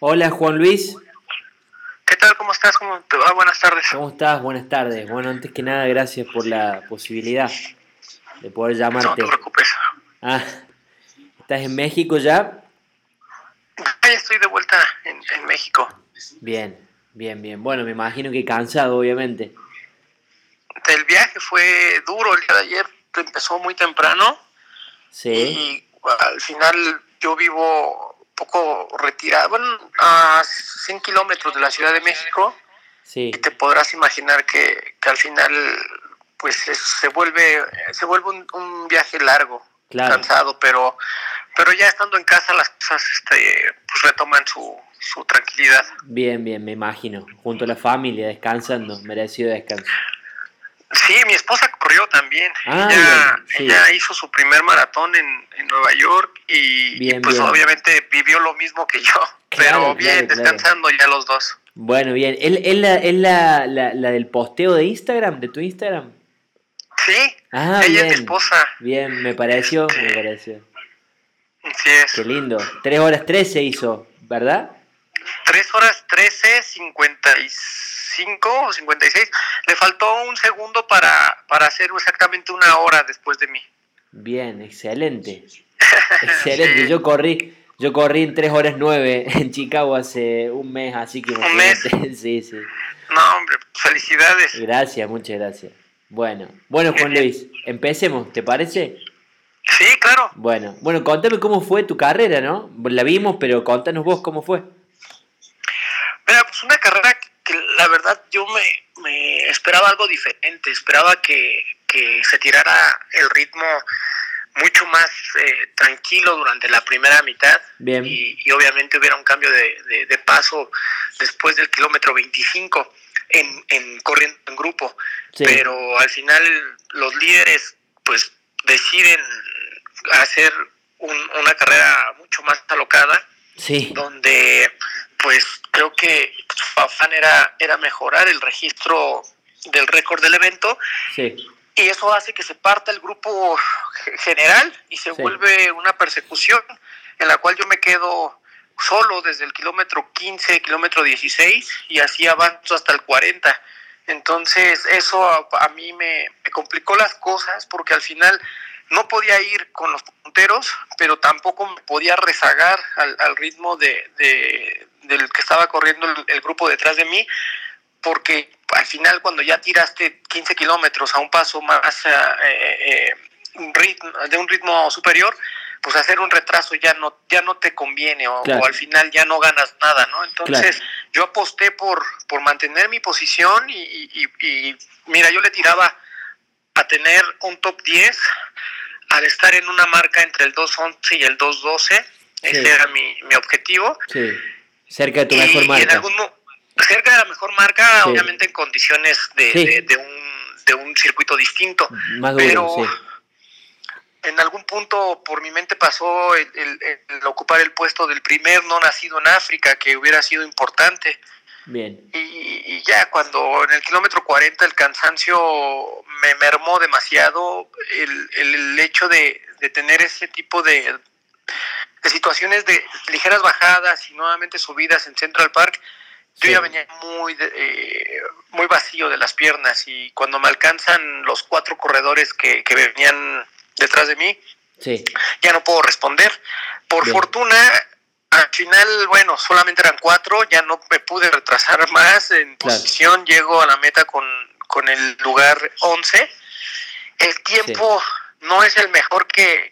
Hola Juan Luis, ¿Qué tal? ¿Cómo estás? ¿Cómo te va? Buenas tardes. ¿cómo estás? Buenas tardes. Bueno, antes que nada, gracias por la posibilidad de poder No te llamarte. preocupes. Ah, ¿estás en México ya? Ya estoy de vuelta en México. Bien, bien, bien. Bueno, me imagino que cansado, obviamente. El viaje fue duro el día de ayer. Empezó muy temprano Sí, y al final yo vivo un poco retirado, bueno, a 100 kilómetros de la Ciudad de México, y sí, te podrás imaginar que al final pues se vuelve un viaje largo, claro. cansado, pero ya estando en casa las cosas pues retoman su tranquilidad. Bien, bien, me imagino. Junto a la familia, descansando, merecido descanso. Sí, mi esposa corrió también. Ah, Ella, bien, sí, ella hizo su primer maratón en Nueva York y bien, pues bien. obviamente vivió lo mismo que yo, Claro, pero claro, bien, claro. descansando ya los dos. Bueno, bien. ¿Es la del posteo de Instagram, de tu Instagram? Sí, Ah, ella es mi bien, esposa. bien, me pareció, Este, me pareció. así es. Qué lindo. 3 horas 13 hizo, ¿verdad? 3 horas 13:55 o 56. Le faltó un segundo para hacer exactamente una hora después de mí. Bien, excelente. Sí, Excelente. Yo corrí en 3 horas 9 en Chicago hace un mes, así que un mes. imagínate. Sí, sí. No, hombre, felicidades. Gracias, muchas gracias. Bueno, Qué Juan bien. Luis, empecemos, ¿te parece? Sí, claro. Bueno, contame cómo fue tu carrera, ¿no? La vimos, pero contanos vos cómo fue. Mira, pues una carrera que la verdad yo me esperaba algo diferente, esperaba que se tirara el ritmo mucho más tranquilo durante la primera mitad Bien, y obviamente hubiera un cambio de paso después del kilómetro 25 en corriendo en grupo, sí, pero al final los líderes pues deciden hacer una carrera mucho más alocada sí, donde pues creo que su afán era mejorar el registro del récord del evento sí, y eso hace que se parta el grupo general y se sí, vuelve una persecución en la cual yo me quedo solo desde el kilómetro 15, kilómetro 16 y así avanzo hasta el 40. Entonces eso a mí me complicó las cosas porque al final no podía ir con los punteros, pero tampoco me podía rezagar al ritmo del que estaba corriendo el grupo detrás de mí, porque al final cuando ya tiraste 15 kilómetros a un paso más de un ritmo superior, pues hacer un retraso ya no te conviene o claro, al final ya no ganas nada, ¿no? claro, Entonces yo aposté por mantener mi posición y mira, yo le tiraba a tener un top 10 al estar en una marca entre el 2:11 y el 2:12. Ese sí, era mi objetivo. sí. Cerca de tu mejor Y en marca. algún cerca de la mejor marca, Sí, obviamente en condiciones sí, de un circuito distinto, más duro, pero sí. en algún punto por mi mente pasó el ocupar el puesto del primer no nacido en África, que hubiera sido importante. Bien, Y ya cuando en el kilómetro 40 el cansancio me mermó demasiado, el hecho de tener ese tipo de situaciones de ligeras bajadas y nuevamente subidas en Central Park, yo ya sí, venía muy vacío de las piernas y cuando me alcanzan los 4 corredores que venían detrás de mí, sí, ya no puedo responder. Por bien, fortuna, al final, bueno, solamente eran 4, ya no me pude retrasar más en claro, posición, llego a la meta con el lugar 11. El sí. tiempo no es el mejor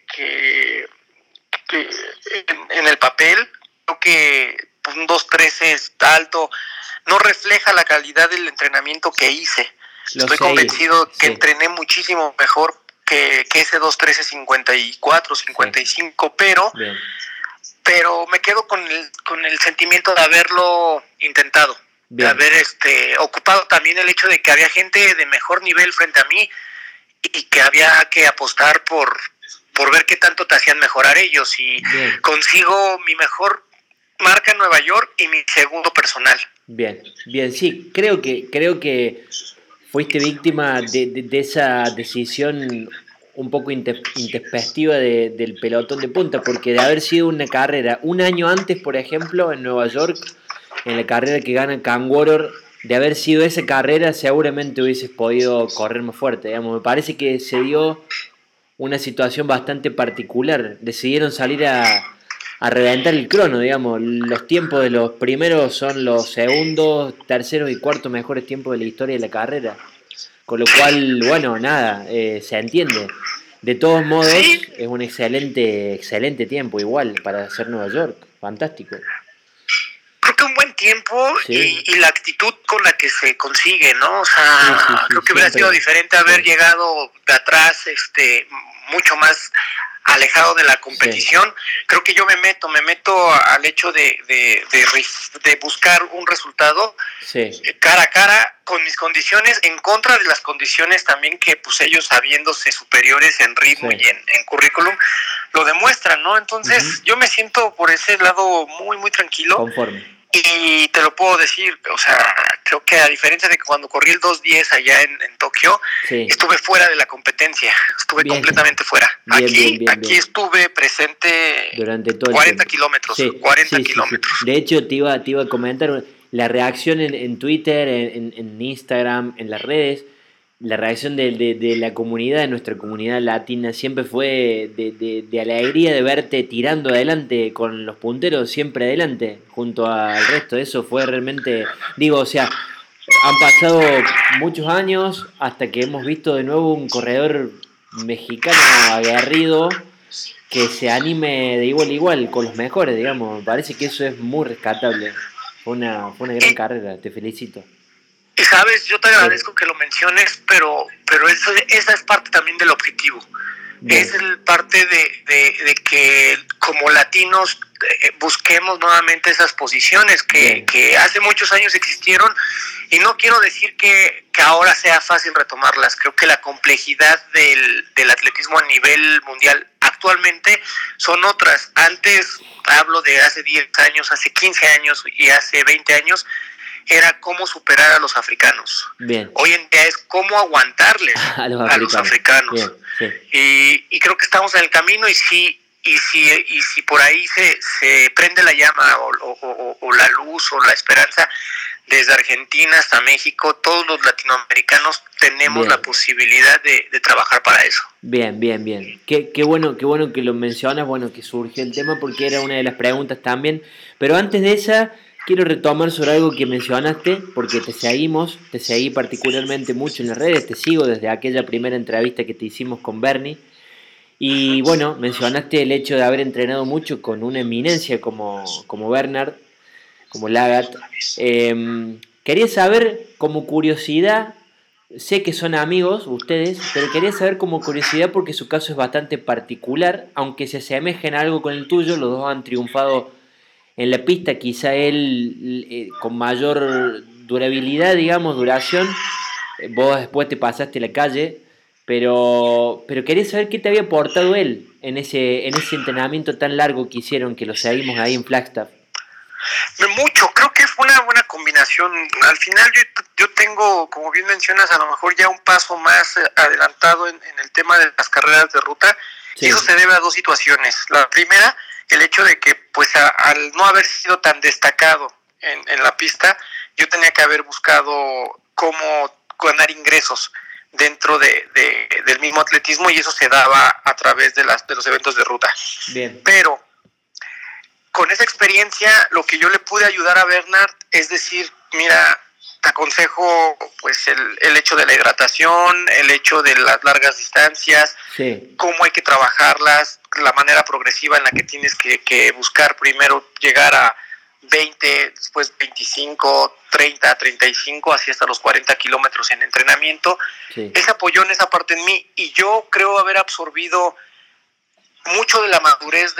que en el papel, creo que pues, un 2:13 es alto, no refleja la calidad del entrenamiento que hice. Lo Estoy seguís, convencido que sí, entrené muchísimo mejor que ese 2:13 54, sí, 55, bien. pero me quedo con el sentimiento de haberlo intentado, de Bien, haber ocupado también el hecho de que había gente de mejor nivel frente a mí y que había que apostar por ver qué tanto te hacían mejorar ellos y bien, consigo mi mejor marca en Nueva York y mi segundo personal. bien, bien. Sí, creo que fuiste víctima de esa decisión un poco intempestiva del pelotón de punta, porque de haber sido una carrera un año antes, por ejemplo, en Nueva York, en la carrera que gana Cangwaror, de haber sido esa carrera, seguramente hubieses podido correr más fuerte, digamos. Me parece que se dio una situación bastante particular. Decidieron salir a reventar el crono, digamos. Los tiempos de los primeros son los segundos, terceros y cuartos mejores tiempos de la historia de la carrera. Con lo cual, bueno, nada, se entiende. De todos modos, es un excelente tiempo igual para hacer Nueva York. Fantástico. Creo que un buen tiempo y la actitud con la que se consigue, ¿no? O sea, creo que hubiera sido diferente haber llegado de atrás, mucho más alejado de la competición. Creo que yo me meto al hecho de buscar un resultado cara a cara con mis condiciones, en contra de las condiciones también que pues ellos, sabiéndose superiores en ritmo y en currículum, lo demuestran, ¿no? Entonces yo me siento por ese lado muy, muy tranquilo. Conforme. Y te lo puedo decir, o sea, creo que a diferencia de que cuando corrí el 2:10 allá en Tokio, estuve fuera de la competencia, estuve completamente fuera. Aquí estuve presente durante todo 40 kilómetros, 40 kilómetros. De hecho, te iba a comentar la reacción en Twitter, en Instagram, en las redes. La reacción de la comunidad, de nuestra comunidad latina, siempre fue de alegría de verte tirando adelante con los punteros, siempre adelante, junto al resto. Eso fue realmente, o sea, han pasado muchos años hasta que hemos visto de nuevo un corredor mexicano aguerrido que se anime de igual a igual con los mejores, digamos. Me parece que eso es muy rescatable. Fue una gran carrera, te felicito. Y sabes, yo te agradezco que lo menciones, pero esa es parte también del objetivo. Es parte de que como latinos busquemos nuevamente esas posiciones que hace muchos años existieron, y no quiero decir que ahora sea fácil retomarlas. Creo que la complejidad del atletismo a nivel mundial actualmente son otras. Antes, hablo de hace 10 años, hace 15 años y hace 20 años, era cómo superar a los africanos. Hoy en día es cómo aguantarles a los africanos. Y creo que estamos en el camino, y si por ahí se prende la llama o la luz o la esperanza, desde Argentina hasta México, todos los latinoamericanos tenemos la posibilidad de trabajar para eso. Bien. Qué bueno que lo mencionas, bueno, que surgió el tema, porque era una de las preguntas también. Pero antes de esa, quiero retomar sobre algo que mencionaste, porque te seguí particularmente mucho en las redes, te sigo desde aquella primera entrevista que te hicimos con Bernie, y bueno, mencionaste el hecho de haber entrenado mucho con una eminencia como Bernard, como Lagat. Quería saber, como curiosidad, sé que son amigos ustedes, pero quería saber como curiosidad, porque su caso es bastante particular, aunque se asemejen a algo con el tuyo, los dos han triunfado en la pista, quizá él con mayor durabilidad, digamos, duración. Vos después te pasaste la calle, pero quería saber qué te había aportado él en ese entrenamiento tan largo que hicieron, que lo seguimos ahí en Flagstaff. Mucho, creo que fue una buena combinación. Al final yo tengo, como bien mencionas, a lo mejor ya un paso más adelantado en el tema de las carreras de ruta, y eso se debe a dos situaciones. La primera, el hecho de que pues al no haber sido tan destacado en la pista, yo tenía que haber buscado cómo ganar ingresos dentro del mismo atletismo, y eso se daba a través de los eventos de ruta. Pero con esa experiencia, lo que yo le pude ayudar a Bernard es decir, mira, te aconsejo pues el hecho de la hidratación, el hecho de las largas distancias, cómo hay que trabajarlas, la manera progresiva en la que tienes que buscar primero llegar a 20, después 25, 30, 35, así hasta los 40 kilómetros en entrenamiento. Él se apoyó en esa parte en mí, y yo creo haber absorbido mucho de la madurez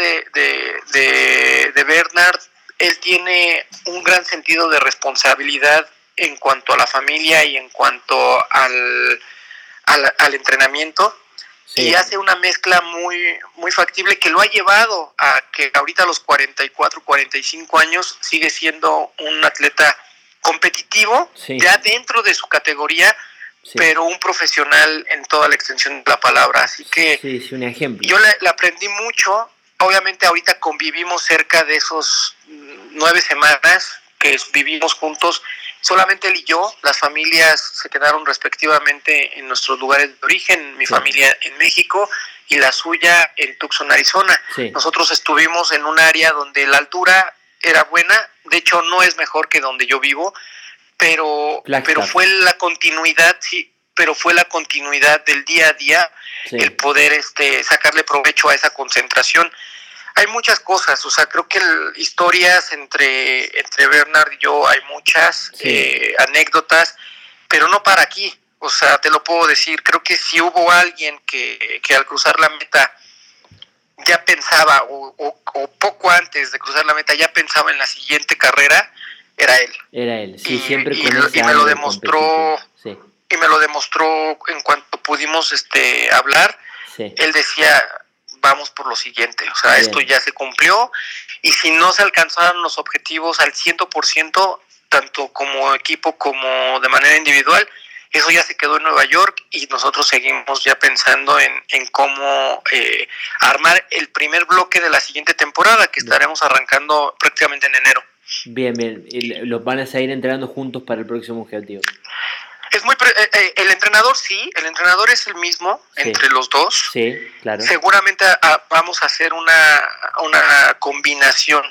de Bernard. Él tiene un gran sentido de responsabilidad en cuanto a la familia y en cuanto al entrenamiento, y hace una mezcla muy, muy factible que lo ha llevado a que ahorita a los 44, 45 años sigue siendo un atleta competitivo, ya dentro de su categoría, Sí. pero un profesional en toda la extensión de la palabra. Así que sí, un ejemplo. yo le aprendí mucho. Obviamente ahorita convivimos cerca de esos 9 semanas que vivimos juntos, solamente él y yo. Las familias se quedaron respectivamente en nuestros lugares de origen, mi familia en México y la suya en Tucson, Arizona. Sí. Nosotros estuvimos en un área donde la altura era buena, de hecho no es mejor que donde yo vivo, pero fue la continuidad, sí, pero fue la continuidad del día a día, el poder sacarle provecho a esa concentración. Hay muchas cosas, o sea, creo que historias entre Bernard y yo hay muchas, anécdotas, pero no para aquí. O sea, te lo puedo decir, creo que si hubo alguien que al cruzar la meta ya pensaba, o poco antes de cruzar la meta ya pensaba en la siguiente carrera, era él. Era él, sí, siempre y me lo demostró, y me lo demostró en cuanto pudimos hablar. Él decía, vamos por lo siguiente, o sea, esto ya se cumplió, y si no se alcanzaron los objetivos al 100%, tanto como equipo como de manera individual, eso ya se quedó en Nueva York y nosotros seguimos ya pensando en cómo armar el primer bloque de la siguiente temporada, que estaremos arrancando prácticamente en enero. Bien, y los van a seguir entrenando juntos para el próximo objetivo. Es muy el entrenador el entrenador es el mismo entre los dos. Sí, claro. Seguramente vamos a hacer una combinación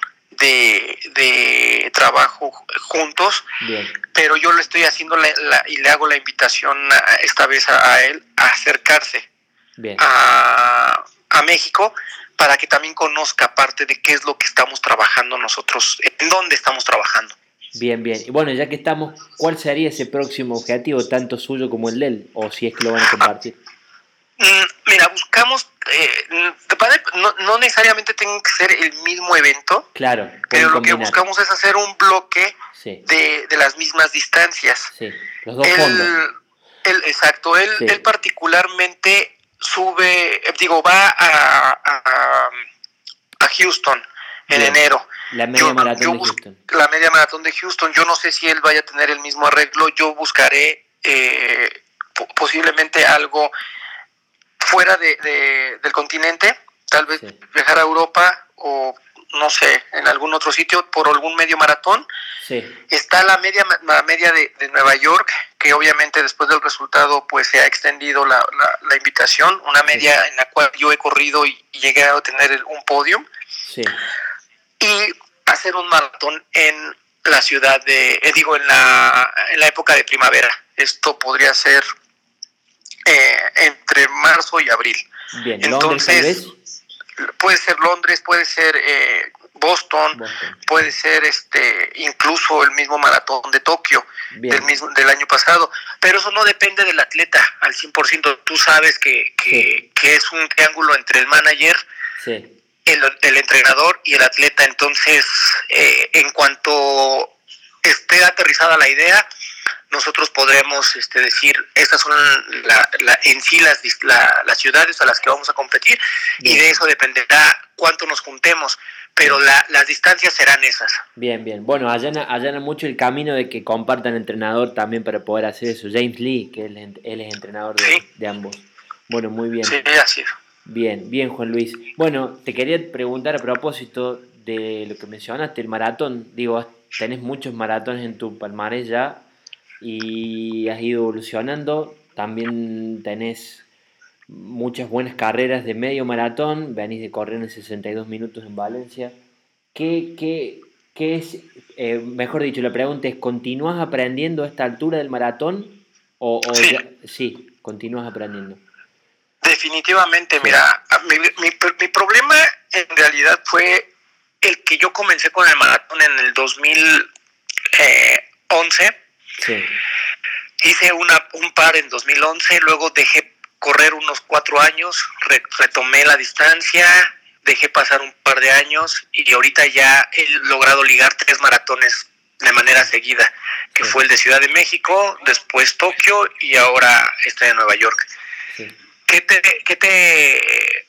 de trabajo juntos. Bien. Pero yo le estoy haciendo y le hago la invitación esta vez a él a acercarse a México para que también conozca parte de qué es lo que estamos trabajando nosotros, en dónde estamos trabajando. Bien. Y bueno, ya que estamos, ¿cuál sería ese próximo objetivo, tanto suyo como el de él? O si es que lo van a compartir. Mira, buscamos, no necesariamente tiene que ser el mismo evento, claro, pero lo que buscamos es hacer un bloque de las mismas distancias. Sí, los dos fondos. Exacto, él particularmente va a Houston en enero. La media maratón de Houston. La media maratón de Houston. Yo no sé si él vaya a tener el mismo arreglo. Yo buscaré posiblemente algo fuera del continente, tal vez viajar a Europa o no sé, en algún otro sitio por algún medio maratón. Está la media de Nueva York, que obviamente después del resultado pues se ha extendido la invitación, una media en la cual yo he corrido y llegué a tener un podium. Y hacer un maratón en la ciudad en la época de primavera. Esto podría ser entre marzo y abril. Bien, entonces puede ser Londres, puede ser Boston, puede ser incluso el mismo maratón de Tokio del año pasado, pero eso no depende del atleta al 100%. Tú sabes que es un triángulo entre el manager, el entrenador y el atleta. Entonces en cuanto esté aterrizada la idea, nosotros podremos decir, estas son en sí las ciudades a las que vamos a competir. Bien. Y de eso dependerá cuánto nos juntemos, pero las distancias serán esas. Bien. Bueno, allana mucho el camino de que compartan entrenador también para poder hacer eso. James Lee, que él es entrenador de ambos. Bueno, muy bien. Sí, así es. Bien, Juan Luis. Bueno, te quería preguntar a propósito de lo que mencionaste, el maratón. Digo, tenés muchos maratones en tu palmarés ya y has ido evolucionando. También tenés muchas buenas carreras de medio maratón. Venís de correr en 62 minutos en Valencia. ¿Qué es, mejor dicho, la pregunta es, ¿continúas aprendiendo a esta altura del maratón? Sí, continúas aprendiendo. Definitivamente, mira, mi problema en realidad fue el que yo comencé con el maratón en el 2011. Hice un par en 2011, luego dejé correr unos 4 años, retomé la distancia, dejé pasar un par de años y ahorita ya he logrado ligar 3 maratones de manera seguida, que fue el de Ciudad de México, después Tokio y ahora de Nueva York. ¿Qué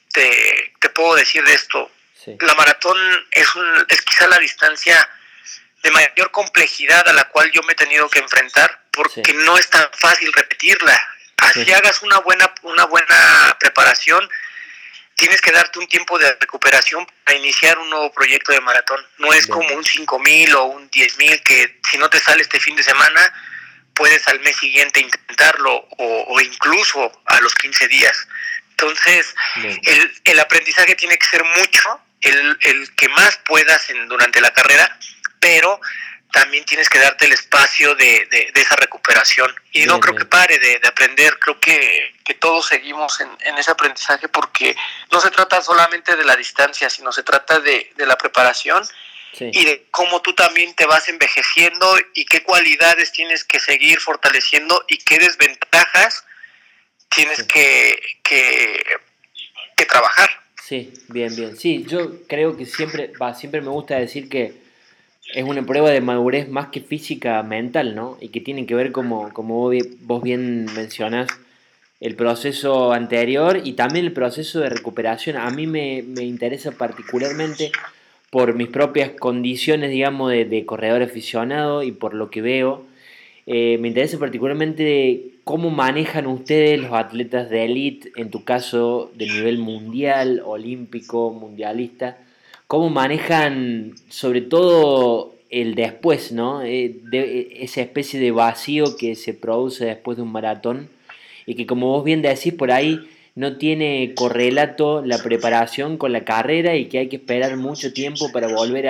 te puedo decir de esto? La maratón es quizá la distancia de mayor complejidad a la cual yo me he tenido que enfrentar, porque no es tan fácil repetirla. Así hagas una buena preparación, tienes que darte un tiempo de recuperación para iniciar un nuevo proyecto de maratón. No es como un 5,000 o un 10,000 que si no te sale este fin de semana, puedes al mes siguiente intentarlo o incluso a los 15 días. Entonces, el aprendizaje tiene que ser mucho, el que más puedas durante la carrera, pero también tienes que darte el espacio de esa recuperación. Y no creo que pare de aprender, creo que todos seguimos en ese aprendizaje, porque no se trata solamente de la distancia, sino se trata de la preparación y de cómo tú también te vas envejeciendo y qué cualidades tienes que seguir fortaleciendo y qué desventajas tienes que trabajar. Sí, bien. Sí, yo creo que siempre me gusta decir que es una prueba de madurez más que física, mental, ¿no? Y que tiene que ver, como vos bien mencionás, el proceso anterior y también el proceso de recuperación. A mí me interesa particularmente por mis propias condiciones, digamos, de corredor aficionado y por lo que veo. Me interesa particularmente cómo manejan ustedes los atletas de élite, en tu caso de nivel mundial, olímpico, mundialista, cómo manejan sobre todo el después, ¿no? Esa especie de vacío que se produce después de un maratón y que, como vos bien decís, por ahí no tiene correlato la preparación con la carrera y que hay que esperar mucho tiempo para volver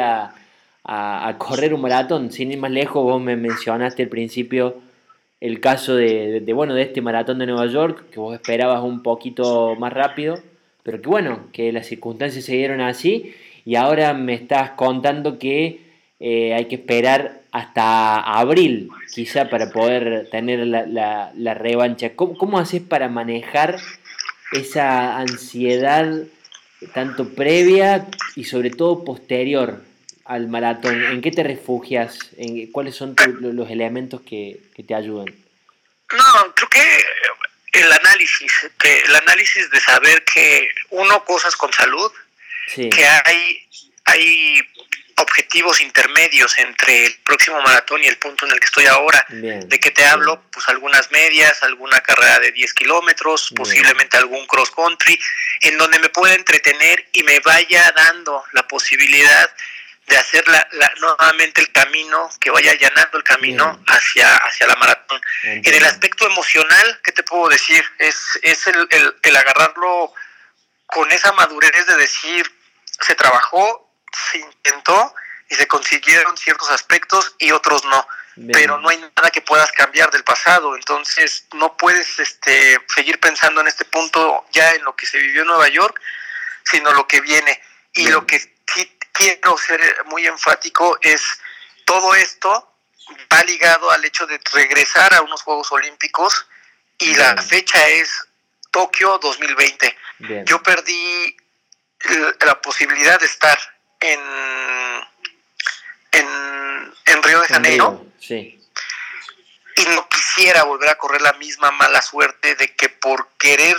a correr un maratón. Sin ir más lejos, vos me mencionaste al principio el caso de este maratón de Nueva York, que vos esperabas un poquito más rápido, pero que bueno, que las circunstancias se dieron así, y ahora me estás contando que hay que esperar hasta abril, quizá, para poder tener la revancha. ¿Cómo haces para manejar esa ansiedad tanto previa y sobre todo posterior al maratón? ¿En qué te refugias? ¿Cuáles son los elementos que te ayudan? No, creo que el análisis de saber que uno, cosas con salud, que hay objetivos intermedios entre el próximo maratón y el punto en el que estoy ahora. Bien, ¿de qué te hablo? Pues algunas medias, alguna carrera de 10 kilómetros, posiblemente algún cross country, en donde me pueda entretener y me vaya dando la posibilidad de hacer nuevamente el camino, que vaya allanando el camino hacia la maratón. En el aspecto emocional, ¿qué te puedo decir? Es el agarrarlo con esa madurez de decir, se trabajó, se intentó y se consiguieron ciertos aspectos y otros no. Pero no hay nada que puedas cambiar del pasado, entonces no puedes seguir pensando en este punto ya en lo que se vivió en Nueva York, sino lo que viene. Y lo que sí quiero ser muy enfático es, todo esto va ligado al hecho de regresar a unos Juegos Olímpicos y la fecha es Tokio 2020. Yo perdí la posibilidad de estar en Río de Janeiro, y no quisiera volver a correr la misma mala suerte de que por querer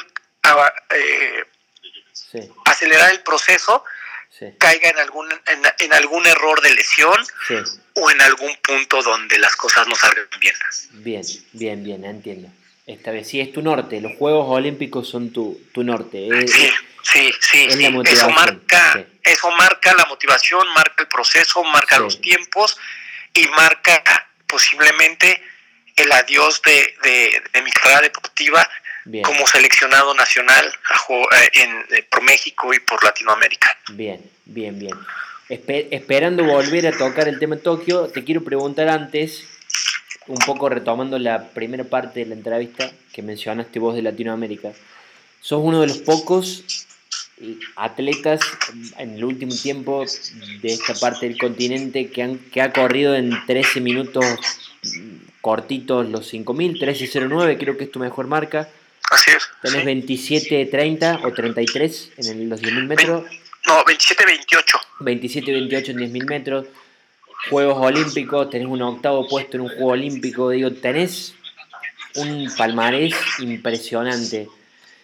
acelerar el proceso caiga en algún error de lesión o en algún punto donde las cosas no salgan bien. Bien, entiendo. Esta vez sí es tu norte, los Juegos Olímpicos son tu norte. Sí. Eso marca la motivación, marca el proceso, marca los tiempos y marca posiblemente el adiós de mi carrera deportiva como seleccionado nacional por México y por Latinoamérica. Bien. Esperando volver a tocar el tema de Tokio, te quiero preguntar antes, un poco retomando la primera parte de la entrevista que mencionaste vos de Latinoamérica. Sos uno de los pocos atletas en el último tiempo de esta parte del continente que ha corrido en 13 minutos cortitos los 5.000, 13.09 creo que es tu mejor marca. Así es. Tenés 27.30 o 33 en los 10.000 metros. No, 27.28. 27.28 en 10.000 metros. Juegos Olímpicos, tenés un octavo puesto en un Juego Olímpico. Digo, tenés un palmarés impresionante.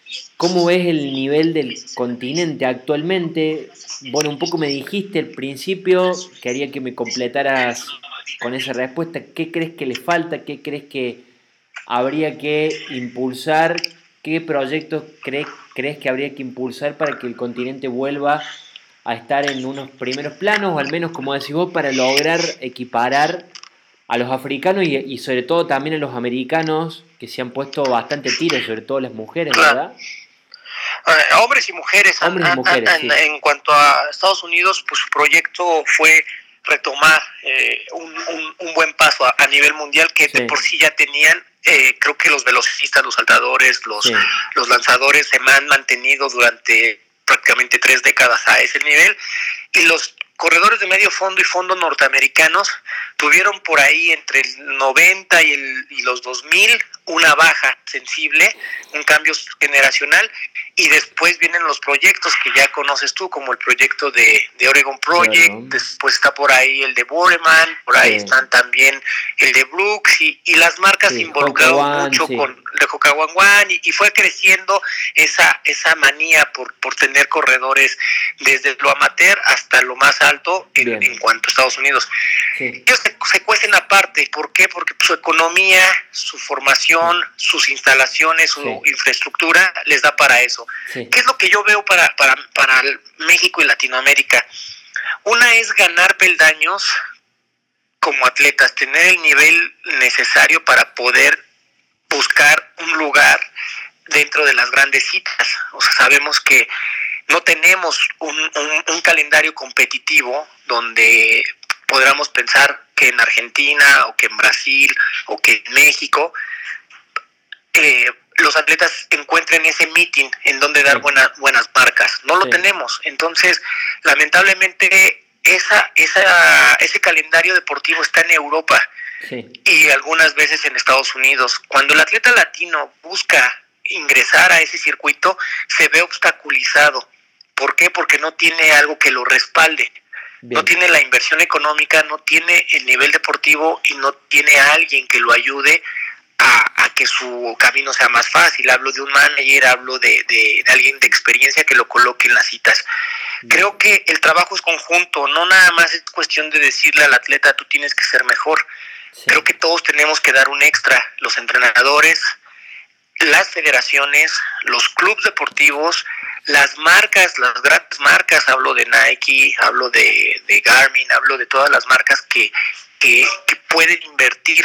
¿Cómo ves el nivel del continente actualmente? Bueno, un poco me dijiste al principio, quería que me completaras con esa respuesta. ¿Qué crees que le falta? ¿Qué crees que habría que impulsar? ¿Qué proyectos crees que habría que impulsar para que el continente vuelva a estar en unos primeros planos, o al menos, como decís vos, para lograr equiparar a los africanos y sobre todo también a los americanos, que se han puesto bastante tiros, sobre todo las mujeres, Claro. ¿verdad? Hombres y mujeres. Hombres y mujeres, sí. En cuanto a Estados Unidos, pues su proyecto fue retomar un buen paso a nivel mundial que de por sí ya tenían. Creo que los velocistas, los saltadores, los lanzadores se han mantenido durante prácticamente 3 décadas a ese nivel, y los corredores de medio fondo y fondo norteamericanos tuvieron por ahí entre el 90 y los 2000 una baja sensible, un cambio generacional, y después vienen los proyectos que ya conoces tú, como el proyecto de Oregon Project, después está por ahí el de Boreman, por ahí están también el de Brooks, y las marcas se involucraron mucho con el de Hokawan One, y fue creciendo esa manía por tener corredores desde lo amateur hasta lo más alto en cuanto a Estados Unidos. Ellos se cuecen aparte. ¿Por qué? Porque su economía, su formación, sus instalaciones, su infraestructura les da para eso. ¿Qué es lo que yo veo para México y Latinoamérica? Una es ganar peldaños como atletas, tener el nivel necesario para poder buscar un lugar dentro de las grandes citas. O sea, sabemos que no tenemos un calendario competitivo donde podamos pensar que en Argentina o que en Brasil o que en México los atletas encuentren ese meeting en donde dar buenas marcas. No lo tenemos. Entonces, lamentablemente, ese calendario deportivo está en Europa y algunas veces en Estados Unidos. Cuando el atleta latino busca ingresar a ese circuito, se ve obstaculizado. ¿Por qué? Porque no tiene algo que lo respalde. No tiene la inversión económica, no tiene el nivel deportivo y no tiene a alguien que lo ayude a que su camino sea más fácil. Hablo de un manager, hablo de alguien de experiencia que lo coloque en las citas. Creo que el trabajo es conjunto, no nada más es cuestión de decirle al atleta tú tienes que ser mejor. Creo que todos tenemos que dar un extra, los entrenadores, las federaciones, los clubes deportivos, las marcas, las grandes marcas, hablo de Nike, hablo de Garmin, hablo de todas las marcas que pueden invertir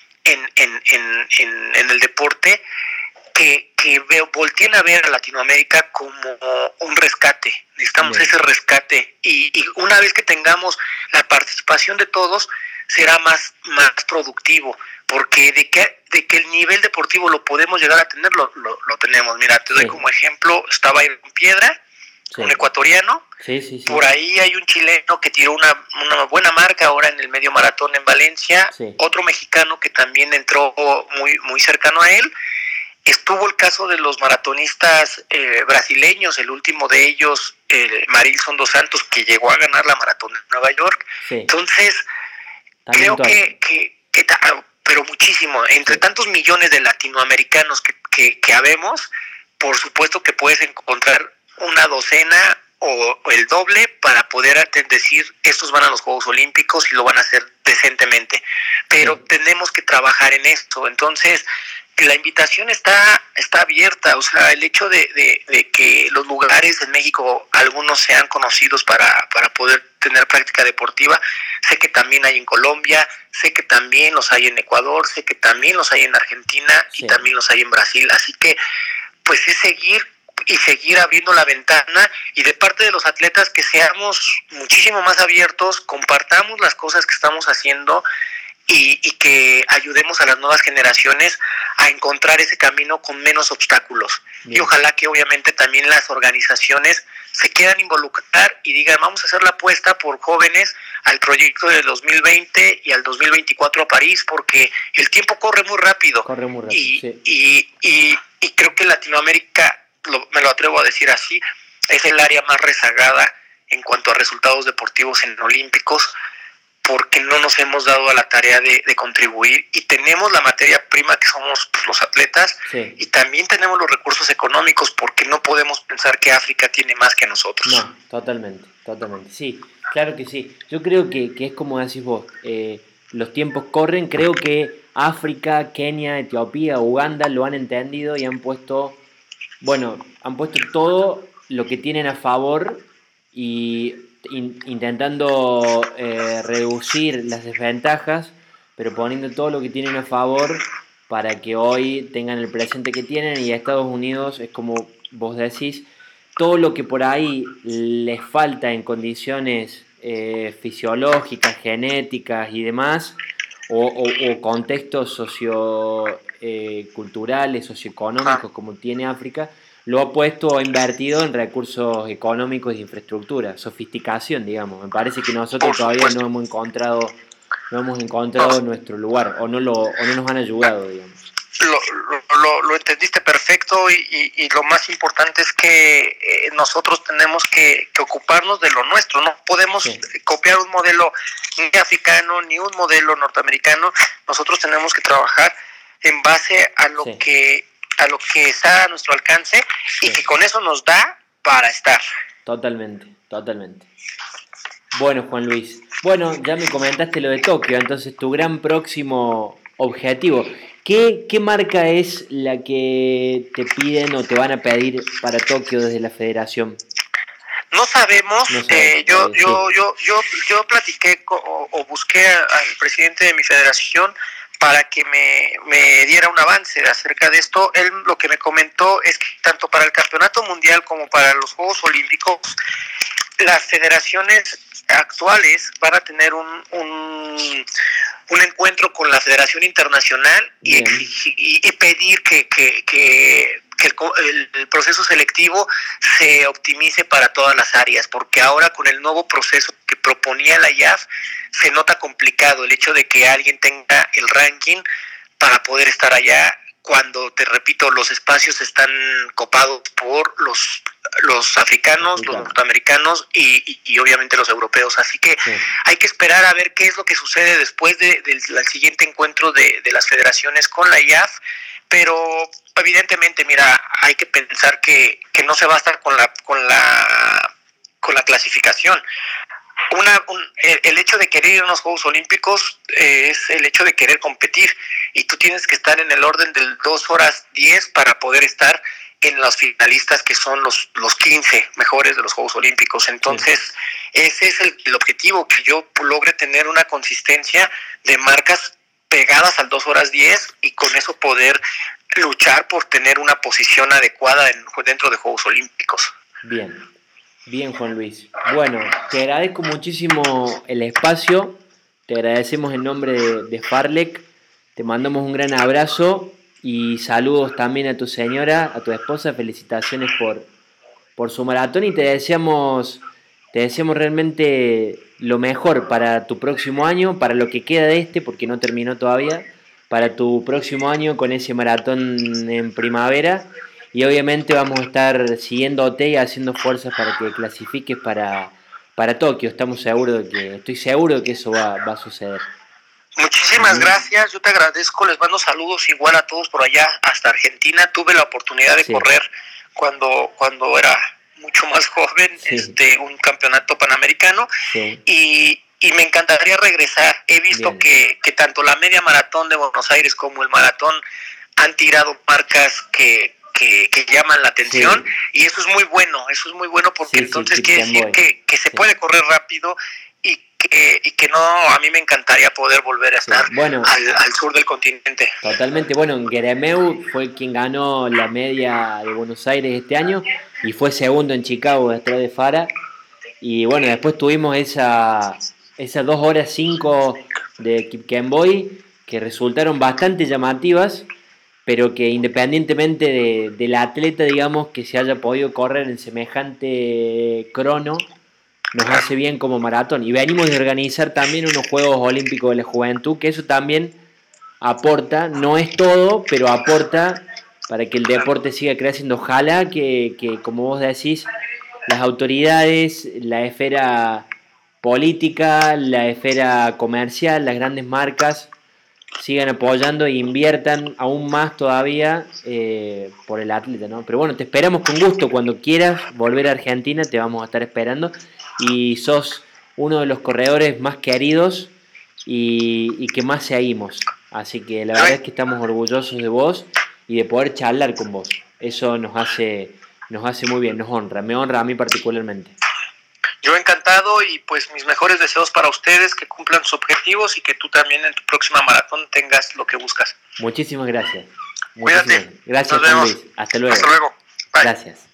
en el deporte, que volteen a ver a Latinoamérica como un rescate. Necesitamos ese rescate, y una vez que tengamos la participación de todos, será más productivo, porque de que el nivel deportivo lo podemos llegar a tener, lo tenemos. Mira, te doy como ejemplo, estaba en Piedra, un ecuatoriano, por ahí hay un chileno que tiró una buena marca ahora en el medio maratón en Valencia, otro mexicano que también entró muy cercano a él. Estuvo el caso de los maratonistas brasileños, el último de ellos, Marilson dos Santos, que llegó a ganar la maratón de Nueva York. Entonces, creo que pero muchísimo, entre tantos millones de latinoamericanos que habemos, por supuesto que puedes encontrar una docena o el doble para poder decir estos van a los Juegos Olímpicos y lo van a hacer decentemente, pero tenemos que trabajar en esto. Entonces la invitación está abierta. O sea, el hecho de que los lugares en México, algunos sean conocidos para poder tener práctica deportiva, sé que también hay en Colombia, sé que también los hay en Ecuador, sé que también los hay en Argentina y también los hay en Brasil. Así que pues es seguir abriendo la ventana, y de parte de los atletas que seamos muchísimo más abiertos, compartamos las cosas que estamos haciendo y que ayudemos a las nuevas generaciones a encontrar ese camino con menos obstáculos. Y ojalá que obviamente también las organizaciones se quieran involucrar y digan vamos a hacer la apuesta por jóvenes al proyecto del 2020 y al 2024 a París, porque el tiempo corre muy rápido. Y creo que Latinoamérica, me lo atrevo a decir así, es el área más rezagada en cuanto a resultados deportivos en olímpicos, porque no nos hemos dado a la tarea de contribuir, y tenemos la materia prima que somos los atletas, Sí. y también tenemos los recursos económicos, porque no podemos pensar que África tiene más que nosotros. No, totalmente, sí, claro que sí. Yo creo que es como decís vos, los tiempos corren, creo que África, Kenia, Etiopía, Uganda lo han entendido y han puesto todo lo que tienen a favor y intentando reducir las desventajas, pero poniendo todo lo que tienen a favor para que hoy tengan el presente que tienen. Y a Estados Unidos es como vos decís, todo lo que por ahí les falta en condiciones fisiológicas, genéticas y demás, o contextos socioculturales, socioeconómicos como tiene África, lo ha puesto o invertido en recursos económicos y de infraestructura, sofisticación, digamos. Me parece que nosotros todavía no hemos encontrado nuestro lugar, o no nos han ayudado, digamos. Lo entendiste perfecto, y lo más importante es que nosotros tenemos que ocuparnos de lo nuestro. No podemos copiar un modelo ni africano ni un modelo norteamericano. Nosotros tenemos que trabajar en base a lo que está a nuestro alcance, y que con eso nos da para estar. Totalmente. Bueno, Juan Luis, ya me comentaste lo de Tokio, entonces tu gran próximo objetivo. ¿Qué marca es la que te piden o te van a pedir para Tokio desde la federación? No sabemos. Yo platiqué o busqué al presidente de mi federación para que me diera un avance acerca de esto. Él lo que me comentó es que tanto para el Campeonato Mundial como para los Juegos Olímpicos, las federaciones actuales van a tener un encuentro con la Federación Internacional y pedir que el proceso selectivo se optimice para todas las áreas, porque ahora con el nuevo proceso que proponía la IAF se nota complicado el hecho de que alguien tenga el ranking para poder estar allá, cuando, te repito, los espacios están copados por los africanos, los norteamericanos y obviamente los europeos. Así que hay que esperar a ver qué es lo que sucede después del siguiente encuentro de las federaciones con la IAF, pero evidentemente, mira, hay que pensar que no se basta con la clasificación. El hecho de querer ir a unos Juegos Olímpicos es el hecho de querer competir, y tú tienes que estar en el orden del 2:10 para poder estar en los finalistas, que son los 15 mejores de los Juegos Olímpicos. Entonces, ese es el objetivo, que yo logre tener una consistencia de marcas pegadas al 2:10, y con eso poder luchar por tener una posición adecuada dentro de Juegos Olímpicos. Bien, Juan Luis. Bueno, te agradezco muchísimo el espacio, te agradecemos en nombre de Farlek, te mandamos un gran abrazo y saludos también a tu señora, a tu esposa, felicitaciones por su maratón, y te deseamos realmente lo mejor para tu próximo año, para lo que queda de porque no terminó todavía, para tu próximo año con ese maratón en primavera. Y obviamente vamos a estar siguiéndote y haciendo fuerzas para que clasifiques para Tokio. Estoy seguro de que eso va a suceder. Muchísimas gracias, yo te agradezco, les mando saludos igual a todos por allá, hasta Argentina. Tuve la oportunidad de correr cuando era mucho más joven, un campeonato panamericano, y me encantaría regresar. He visto que tanto la media maratón de Buenos Aires como el maratón han tirado marcas que llaman la atención, y eso es muy bueno, porque entonces quiere decir que se puede correr rápido, y que no, a mí me encantaría poder volver a estar al sur del continente. Totalmente. Bueno, Geremeu fue quien ganó la media de Buenos Aires este año y fue segundo en Chicago detrás de Farah, y bueno, después tuvimos esas 2:05 de Kipkemboi que resultaron bastante llamativas, pero que independientemente del atleta, digamos, que se haya podido correr en semejante crono, nos hace bien como maratón. Y venimos de organizar también unos Juegos Olímpicos de la Juventud, que eso también aporta, no es todo, pero aporta para que el deporte siga creciendo. Ojalá que como vos decís, las autoridades, la esfera política, la esfera comercial, las grandes marcas sigan apoyando e inviertan aún más todavía por el atleta, ¿no? Pero bueno, te esperamos con gusto. Cuando quieras volver a Argentina, te vamos a estar esperando. Y sos uno de los corredores más queridos y que más seguimos. Así que la verdad es que estamos orgullosos de vos y de poder charlar con vos. Eso nos hace muy bien, nos honra, me honra a mí particularmente. Yo encantado y pues mis mejores deseos para ustedes, que cumplan sus objetivos y que tú también en tu próxima maratón tengas lo que buscas. Muchísimas gracias. Cuídate. Gracias, Nos vemos. Luis. Hasta luego. Hasta luego. Bye. Gracias.